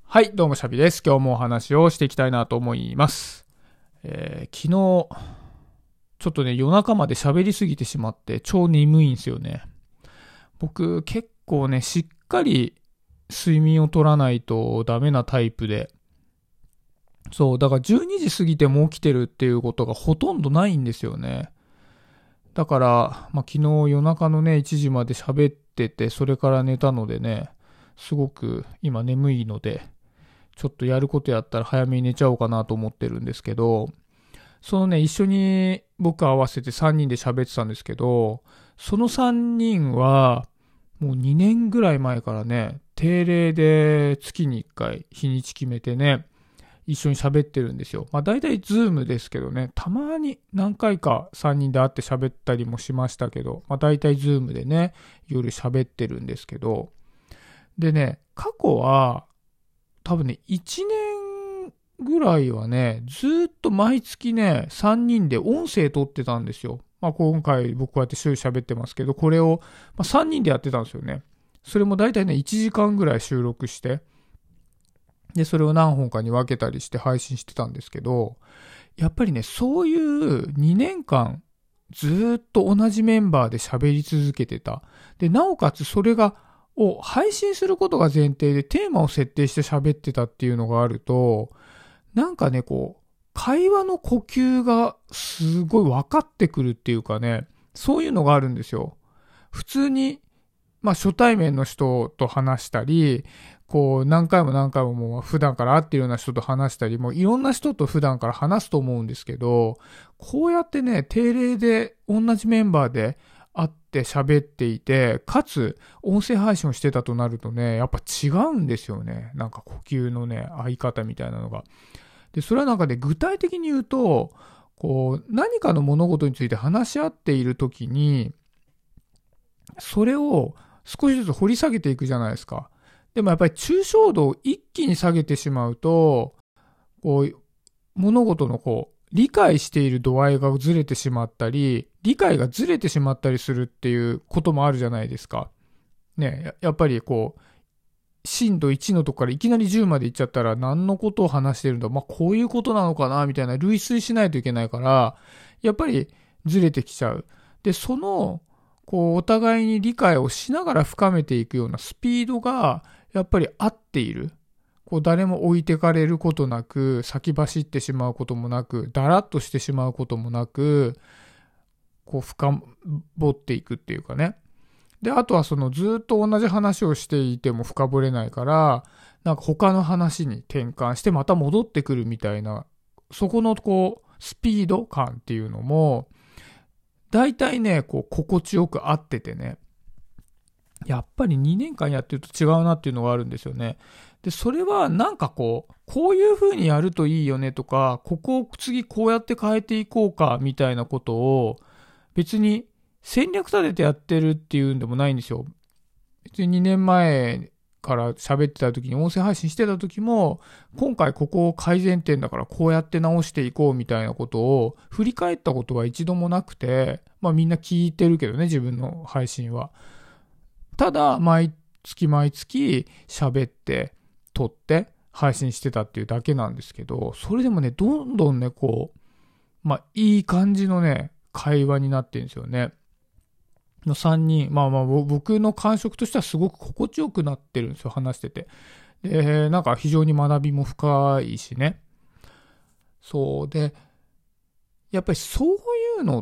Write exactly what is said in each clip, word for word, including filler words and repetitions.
はい、どうもシャビです。今日もお話をしていきたいなと思います。えー、昨日、ちょっとね、夜中まで喋りすぎてしまって超眠いんですよね。僕、結構ね、しっかり睡眠を取らないとダメなタイプで、そう、だからじゅうにじ過ぎても起きてるっていうことがほとんどないんですよね。だから、まあ、昨日夜中のね、いちじまで喋ってて、それから寝たのでね、すごく今眠いので、ちょっとやることやったら早めに寝ちゃおうかなと思ってるんですけど、そのね、一緒に僕合わせてさんにんで喋ってたんですけど、そのさんにんは、もうにねんぐらい前からね、定例で月にいっかい日にち決めてね、一緒に喋ってるんですよ。まあ大体ズームですけどね、たまに何回かさんにんで会って喋ったりもしましたけど、まあ大体ズームでね、夜喋ってるんですけど、でね、過去は、多分ね、いちねんぐらいはね、ずーっと毎月ね、さんにんで音声撮ってたんですよ。まあ今回僕こうやって週喋ってますけど、これを、まあ、さんにんでやってたんですよね。それも大体ね、いちじかんぐらい収録して、で、それを何本かに分けたりして配信してたんですけど、やっぱりね、そういうにねんかんずーっと同じメンバーで喋り続けてた。で、なおかつそれがを配信することが前提でテーマを設定して喋ってたっていうのがあると、なんかね、こう、会話の呼吸がすごい分かってくるっていうかね、そういうのがあるんですよ。普通に、まあ初対面の人と話したり、こう何回も何回ももう普段から会ってるような人と話したり、もういろんな人と普段から話すと思うんですけど、こうやってね、定例で同じメンバーで会って喋っていて、かつ音声配信をしてたとなるとね、やっぱ違うんですよね。なんか呼吸のね、合い方みたいなのが。で、それはなんかね、具体的に言うと、こう、何かの物事について話し合っているときに、それを少しずつ掘り下げていくじゃないですか。でもやっぱり抽象度を一気に下げてしまうと、こう、物事のこう、理解している度合いがずれてしまったり、理解がずれてしまったりするっていうこともあるじゃないですか。ね、ややっぱりこう、震度いちのとこからいきなりじゅうまで行っちゃったら何のことを話してるんだ、まあこういうことなのかなみたいな類推しないといけないから、やっぱりずれてきちゃう。で、その、こう、お互いに理解をしながら深めていくようなスピードが、やっぱり合っている。こう、誰も置いてかれることなく、先走ってしまうこともなく、だらっとしてしまうこともなく、こう、深掘っていくっていうかね。で、あとはそのずっと同じ話をしていても深掘れないから、なんか他の話に転換してまた戻ってくるみたいな、そこのこう、スピード感っていうのも、大体ね、こう、心地よく合っててね、やっぱりにねんかんやってると違うなっていうのがあるんですよね。で、それはなんかこう、こういう風にやるといいよねとか、ここを次こうやって変えていこうかみたいなことを、別に戦略立ててやってるっていうんでもないんですよ。別ににねんまえから喋ってた時に音声配信してた時も、今回ここ改善点だからこうやって直していこうみたいなことを振り返ったことは一度もなくて、まあみんな聞いてるけどね、自分の配信は。ただ、毎月毎月喋って、撮って配信してたっていうだけなんですけど、それでもね、どんどんね、こう、まあいい感じのね、会話になってるんですよね。のさんにん、まあまあ僕の感触としてはすごく心地よくなってるんですよ、話してて。で、なんか非常に学びも深いしね。そうで、やっぱりそういうのって、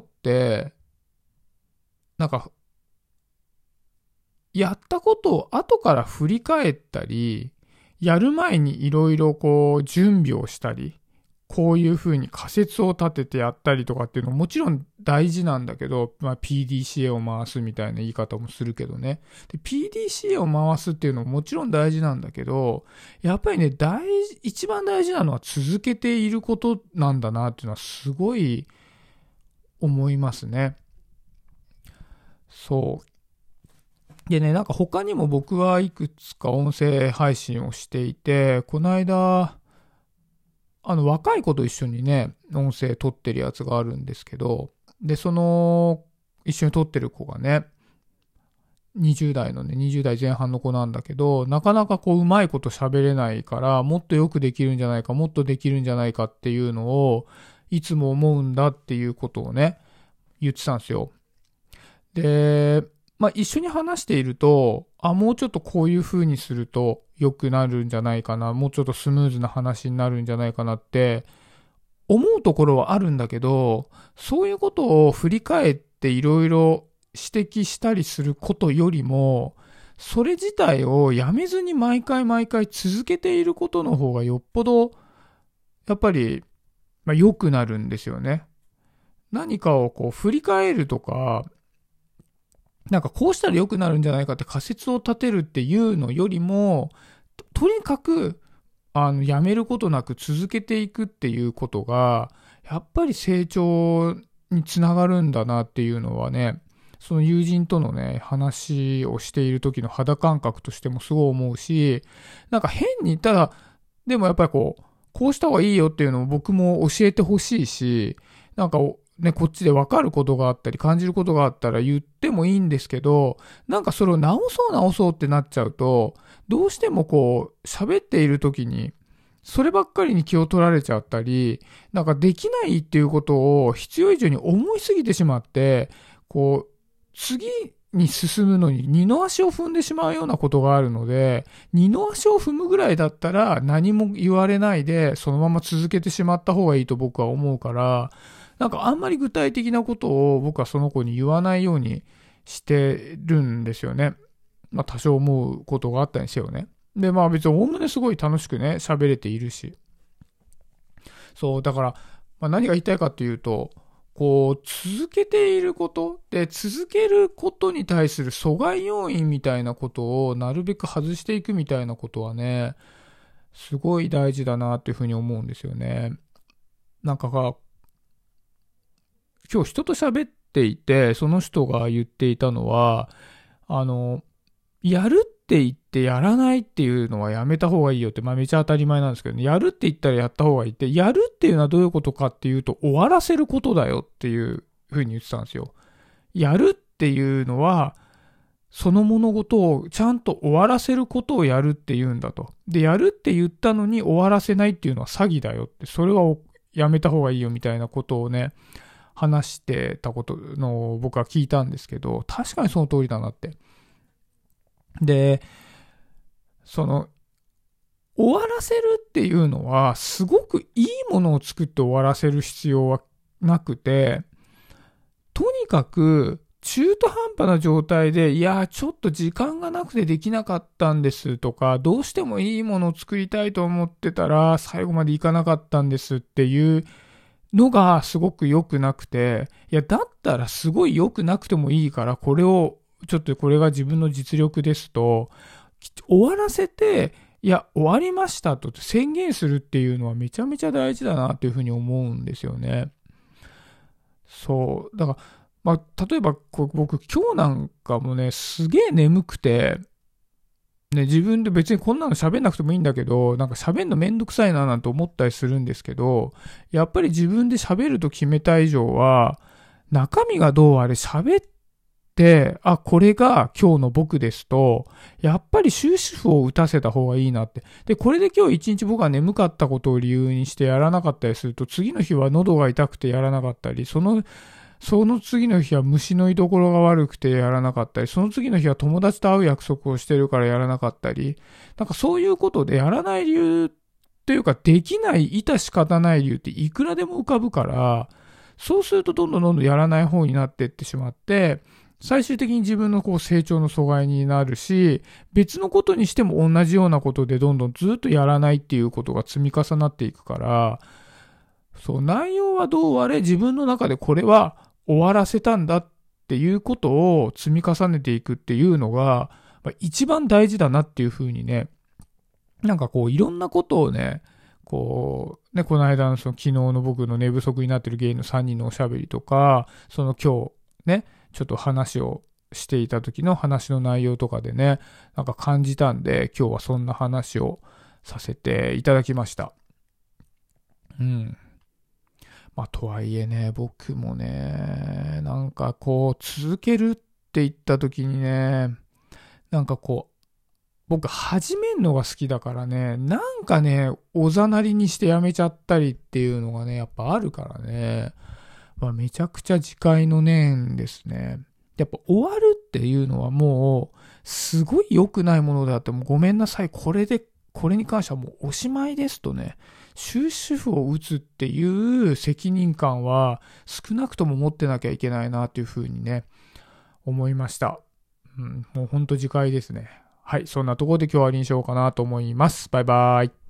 なんか、やったことを後から振り返ったり、やる前にいろいろこう準備をしたり、こういう風に仮説を立ててやったりとかっていうのももちろん大事なんだけど、まあ、ピーディーシーエー を回すみたいな言い方もするけどね。で、ピーディーシーエー を回すっていうのももちろん大事なんだけど、やっぱりね、大事、一番大事なのは続けていることなんだなっていうのはすごい思いますね。そう。でね、なんか他にも僕はいくつか音声配信をしていて、この間、あの、若い子と一緒にね、音声撮ってるやつがあるんですけど、で、その、一緒に撮ってる子がね、 にじゅう代のね、にじゅう代前半の子なんだけど、なかなかこう、うまいこと喋れないから、もっとよくできるんじゃないか、もっとできるんじゃないかっていうのを、いつも思うんだっていうことをね、言ってたんですよ。で、まあ一緒に話していると、あ、もうちょっとこういう風にすると良くなるんじゃないかな、もうちょっとスムーズな話になるんじゃないかなって思うところはあるんだけど、そういうことを振り返っていろいろ指摘したりすることよりも、それ自体をやめずに毎回毎回続けていることの方がよっぽど、やっぱり、まあ、良くなるんですよね。何かをこう振り返るとか、なんかこうしたら良くなるんじゃないかって仮説を立てるっていうのよりも、と、とにかく、あの、やめることなく続けていくっていうことが、やっぱり成長につながるんだなっていうのはね、その友人とのね、話をしている時の肌感覚としてもすごい思うし、なんか変に、ただ、でもやっぱりこう、こうした方がいいよっていうのを僕も教えてほしいし、なんかね、こっちで分かることがあったり感じることがあったら言ってもいいんですけど、なんかそれを直そう直そうってなっちゃうと、どうしてもこう、喋っている時に、そればっかりに気を取られちゃったり、なんかできないっていうことを必要以上に思いすぎてしまって、こう、次に進むのに二の足を踏んでしまうようなことがあるので、二の足を踏むぐらいだったら何も言われないでそのまま続けてしまった方がいいと僕は思うから、なんかあんまり具体的なことを僕はその子に言わないようにしてるんですよね。まあ多少思うことがあったにせよね。で、まあ別におおむねすごい楽しくね、喋れているし。そう、だから、まあ、何が言いたいかっていうと、こう、続けていることで、続けることに対する阻害要因みたいなことをなるべく外していくみたいなことはね、すごい大事だなっていうふうに思うんですよね。なんかが、今日人と喋っていて、その人が言っていたのは、あの、やるって言ってやらないっていうのはやめた方がいいよって、まあめちゃ当たり前なんですけどね、やるって言ったらやった方がいいって、やるっていうのはどういうことかっていうと、終わらせることだよっていうふうに言ってたんですよ。やるっていうのは、その物事をちゃんと終わらせることをやるって言うんだと。で、やるって言ったのに終わらせないっていうのは詐欺だよって、それはやめた方がいいよみたいなことをね、話してたことのを僕は聞いたんですけど、確かにその通りだなって。で、その、終わらせるっていうのは、すごくいいものを作って終わらせる必要はなくて、とにかく、中途半端な状態で、いや、ちょっと時間がなくてできなかったんですとか、どうしてもいいものを作りたいと思ってたら、最後までいかなかったんですっていうのがすごく良くなくて、いや、だったらすごい良くなくてもいいから、これを、ちょっとこれが自分の実力ですと、終わらせて、いや、終わりましたと宣言するっていうのはめちゃめちゃ大事だなっていうふうに思うんですよね。そう。だから、まあ、例えばこ僕今日なんかもね、すげえ眠くて、ね、自分で別にこんなの喋んなくてもいいんだけど、なんか喋んのめんどくさいななんて思ったりするんですけど、やっぱり自分で喋ると決めた以上は、中身がどうあれ喋って、あ、これが今日の僕ですと、やっぱり終止符を打たせた方がいいなって。で、これで今日一日僕が眠かったことを理由にしてやらなかったりすると、次の日は喉が痛くてやらなかったり、その、その次の日は虫の居所が悪くてやらなかったり、その次の日は友達と会う約束をしてるからやらなかったり、なんかそういうことでやらない理由っていうか、できない、致し方ない理由っていくらでも浮かぶから、そうするとどんどんどんどんやらない方になっていってしまって、最終的に自分のこう成長の阻害になるし、別のことにしても同じようなことでどんどんずっとやらないっていうことが積み重なっていくから、そう、内容はどうあれ自分の中でこれは終わらせたんだっていうことを積み重ねていくっていうのが、まあ、一番大事だなっていうふうにね、なんかこういろんなことをね、こう、ね、この間のその昨日の僕の寝不足になってるゲイのさんにんのおしゃべりとか、その今日ね、ちょっと話をしていた時の話の内容とかでね、なんか感じたんで、今日はそんな話をさせていただきました。うん。まあ、とはいえね、僕もね、なんかこう、続けるって言った時にね、 なんかこう、僕始めんのが好きだからね、なんかね、おざなりにしてやめちゃったりっていうのがね、やっぱあるからね。まあ、めちゃくちゃ自戒の念ですね。やっぱ終わるっていうのはもう、すごい良くないものであってもごめんなさい、これで、これに関してはもうおしまいですとね、終止符を打つっていう責任感は少なくとも持ってなきゃいけないなっていうふうにね、思いました。うん、もうほんと自戒ですね。はい、そんなところで今日は終わりにしようかなと思います。バイバーイ。